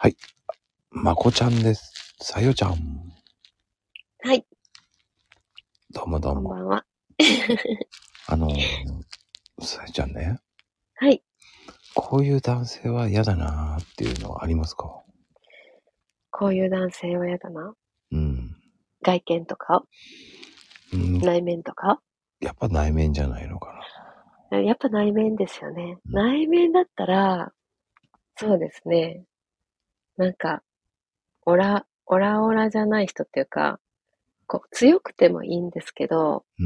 はい。まこちゃんです。さよちゃん。 はい。 どうもどうも。 こんばんは。 さよちゃんね。 はい。 こういう男性は嫌だなーっていうのはありますか？ こういう男性は嫌だな。 うん。 外見とかうん。 内面とかやっぱ内面じゃないのかやっぱ内面ですよね。 な。 内面だったら、そうですね。なんか、オラオラじゃない人っていうか、こう、強くてもいいんですけど、 うん。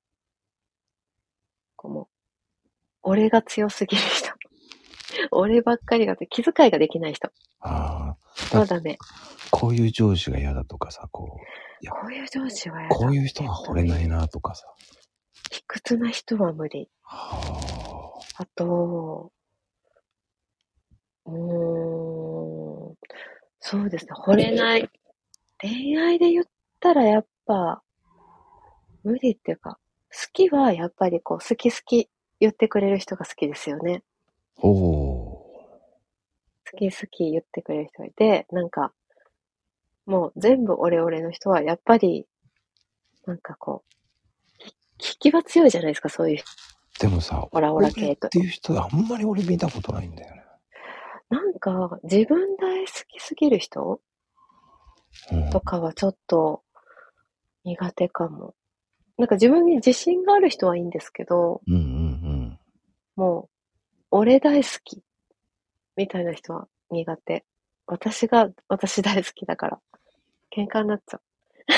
こうもう、俺が強すぎる人。俺ばっかりが気遣いができない人ああ。 はダメ。 こういう上司が嫌だとかさ、いや、 こういう上司は嫌だ。 こういう人は惚れないなとかさ。 卑屈な人は無理。 はあ。 あと、うーん、そうですね。惚れない。恋愛で言ったらやっぱ、無理っていうか、好きはやっぱりこう、好き好き言ってくれる人が好きですよね。 おお。 好き好き言ってくれる人がいて、なんか、もう全部オレオレの人はやっぱり、なんかこう、引きは強いじゃないですか、そういうでもさ、 オラオラ俺っ系と。 ていう人あんまり俺見たことないんだよね。 なんか、自分大好きすぎる人うん。 とかはちょっと苦手かも。なんか自分に自信がある人はいいんですけど、 うんうんもう、俺大好きみたいな人は苦手。私大好きだから、喧嘩になっちゃう。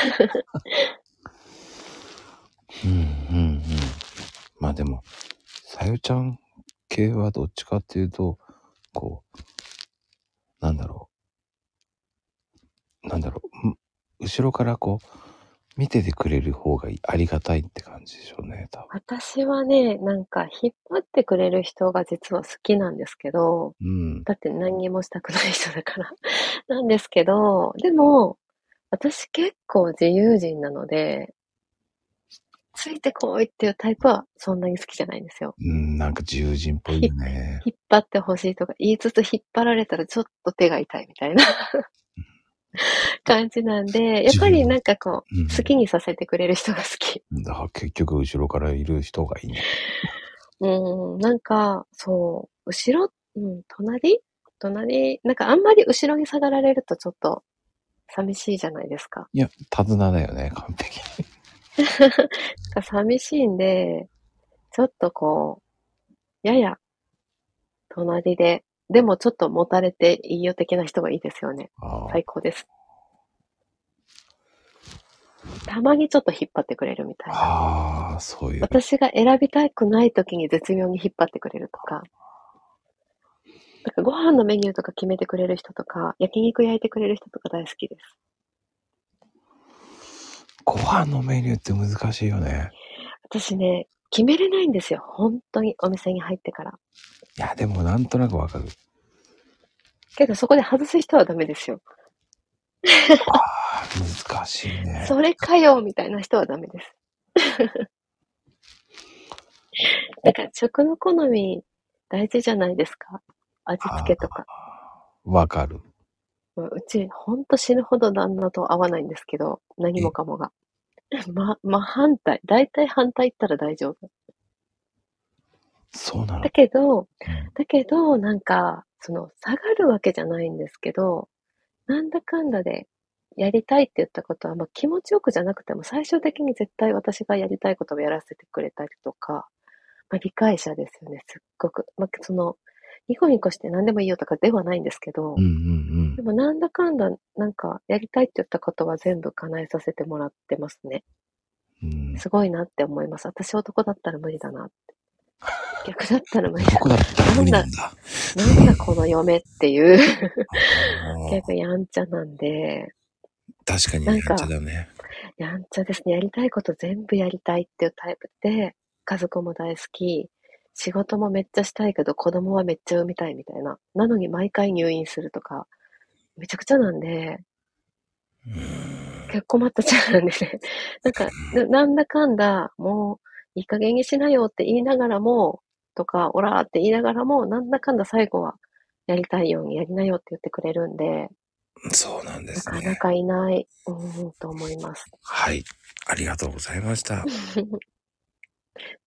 うん。うんうんうん。まあでも、さよちゃん系はどっちかっていうと、こなんだろなんだろ後ろから見ててくれる方がありがたいって感じでしょうね、多分。 私はね、なんか引っ張ってくれる人が実は好きなんですけど、 うん。 だって何にもしたくない人だからなんですけど、でも、私結構自由人なので、ついてこいっていうタイプはそんなに好きじゃないんですよ。 うん、なんか自由人っぽいひよね。 引っ張ってほしいとか言いつつ引っ張られたらちょっと手が痛いみたいな感じなんで、やっ自分、 ぱりなんかこうう、好きにさせてくれる人が好き。 ん。だから結局後ろからいる人がいいんだ。 なんか、そう、後ろ、隣、なんかあんまり後ろに下がられるとちょっと寂しいじゃないですか。 いや、手綱だよね、完璧に。 寂しいんで、ちょっとこう、やや隣で、でもちょっと持たれていいよ的な人がいいですよね。 あ最高です。たまにちょっと引っ張ってくれるみたいな。 あ、ああ、そういう。 私が選びたくない時に絶妙に引っ張ってくれるとか、なんかご飯のメニューとか決めてくれる人とか、焼肉焼いてくれる人とか大好きです。 ご飯のメニューって難しいよね。 私ね、決めれないんですよ。本当にお店に入ってから。 いや、でもなんとなくわかる。 けどそこで外す人はダメですよ。 ああ、難しいね。 それかよみたいな人はダメです。だから食の好み大事じゃないですか。味付あけとか。 あ、わかる。 うちほんと死ぬほど旦那と合わないんですけど、何え、 もかもが。真反対。大体反対言ったら大丈夫。 そうなの。 だけど、 うん。 なんか、その、下がるわけじゃないんですけど、なんだかんだでやりたいって言ったことは、まあ、気持ちよくじゃなくても、最終的に絶対私がやりたいことをやらせてくれたりとか、まあ、理解者ですよね、すっごく。まあ、その、ニコニコして何でもいいよとかではないんですけど、 うんうんでもなんだかんだ、なんか、やりたいって言ったことは全部叶えさせてもらってますね。 うん。うん。 すごいなって思います。私男だったら無理だなって。逆だったら無理だ。 男だったらなんだ、 無理なんだ。 なんだこの嫁っていう結構ああ、 やんちゃなんで、 確かにやんちゃなんか、 だね。 やんちゃですね。やりたいこと全部やりたいっていうタイプで、家族も大好き、仕事もめっちゃしたいけど子供はめっちゃ産みたいみたいな。なのに毎回入院するとか、めちゃくちゃなんで、 うーん。 結構困ったちゃうんでね。なんか、なんだかんだ、もう、いい加減にしなよって言いながらも、とか、オラーって言いながらも、なんだかんだ最後はやりたいようにやりなよって言ってくれるんで、 そうなんですね。 なかなかいない、と思います。 はい。ありがとうございました。